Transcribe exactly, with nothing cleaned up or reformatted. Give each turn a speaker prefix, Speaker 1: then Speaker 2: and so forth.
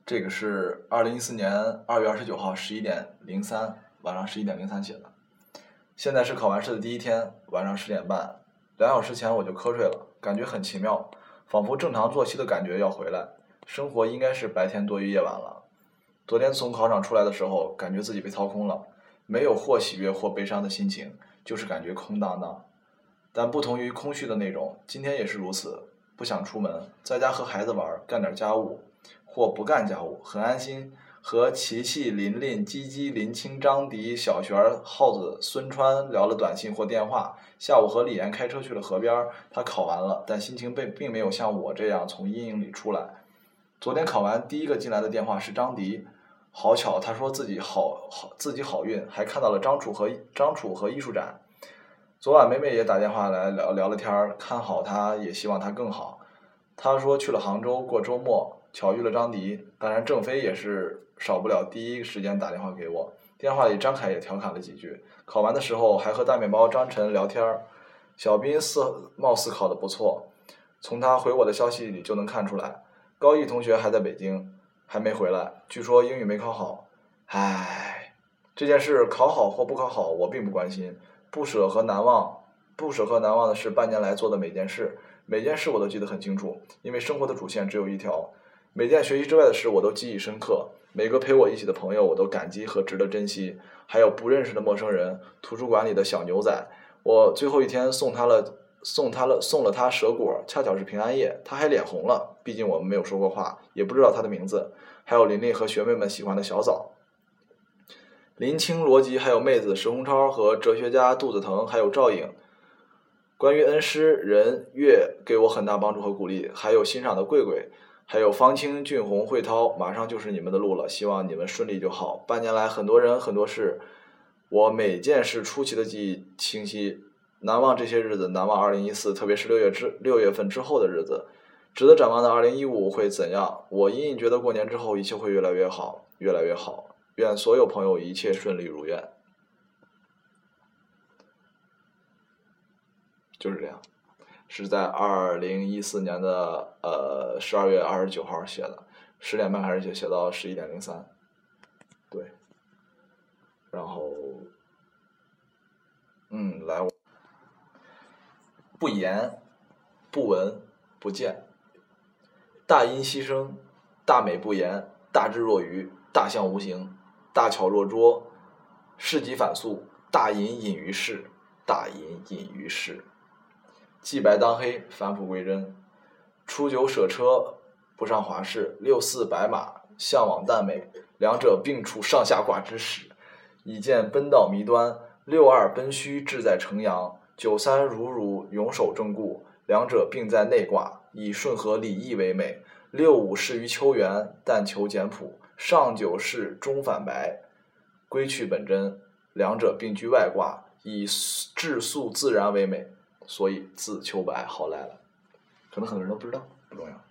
Speaker 1: 这个是二零一四年二月二十九号十一点零三晚上十一点零三写的。现在是考完试的第一天，晚上十点半，两小时前我就瞌睡了，感觉很奇妙，仿佛正常作息的感觉要回来，生活应该是白天多于夜晚了。昨天从考场出来的时候，感觉自己被掏空了，没有或喜悦或悲伤的心情，就是感觉空荡荡。但不同于空虚的那种，今天也是如此，不想出门，在家和孩子玩，干点家务，或不干家务，很安心。和琪琪、琳琳、基基、林青、张迪、小璇、耗子、孙川聊了短信或电话。下午和李岩开车去了河边，他考完了，但心情并并没有像我这样从阴影里出来。昨天考完，第一个进来的电话是张迪，好巧，他说自己好好自己好运，还看到了张楚和张楚和艺术展。昨晚妹妹也打电话来聊聊了天，看好他，也希望他更好。他说去了杭州过周末，巧遇了张迪，当然郑飞也是少不了第一时间打电话给我。电话里张凯也调侃了几句，考完的时候还和大面包张晨聊天。小斌似貌似考得不错，从他回我的消息里就能看出来。高毅同学还在北京，还没回来，据说英语没考好。唉，这件事考好或不考好我并不关心，不舍和难忘不舍和难忘的是半年来做的每件事，每件事我都记得很清楚，因为生活的主线只有一条。每件学习之外的事我都记忆深刻，每个陪我一起的朋友我都感激和值得珍惜，还有不认识的陌生人，图书馆里的小牛仔，我最后一天送他了送他了送了他蛇果，恰巧是平安夜，他还脸红了，毕竟我们没有说过话，也不知道他的名字。还有琳琳和学妹们喜欢的小枣，林青、罗辑，还有妹子石红超和哲学家肚子疼，还有赵颖。关于恩师任月给我很大帮助和鼓励，还有欣赏的贵贵，还有方清、俊宏、慧涛，马上就是你们的路了，希望你们顺利就好。半年来很多人很多事，我每件事出奇的记忆清晰，难忘这些日子，难忘二零一四，特别是六月之六月份之后的日子。值得展望的二零一五会怎样？我隐隐觉得过年之后一切会越来越好，越来越好。愿所有朋友一切顺利如愿。就是这样，是在二零一四年的呃十二月二十九号写的，十点半开始写，写到十一点零三，对，然后，嗯，来，不言，不闻，不见，大音希声，大美不言，大智若愚，大象无形，大巧若拙，事极反速，大隐隐于市，大隐隐于市。既白当黑，返璞归真。初九舍车，不上华氏，六四白马，向往淡美，两者并处上下卦之始，已见奔道迷端。六二奔虚，志在城阳。九三如如，永守正固，两者并在内卦，以顺和理义为美。六五适于秋园，但求简朴。上九是中反白，归去本真，两者并居外卦，以质素自然为美。所以自秋白好来了，可能很多人都不知道，不重要。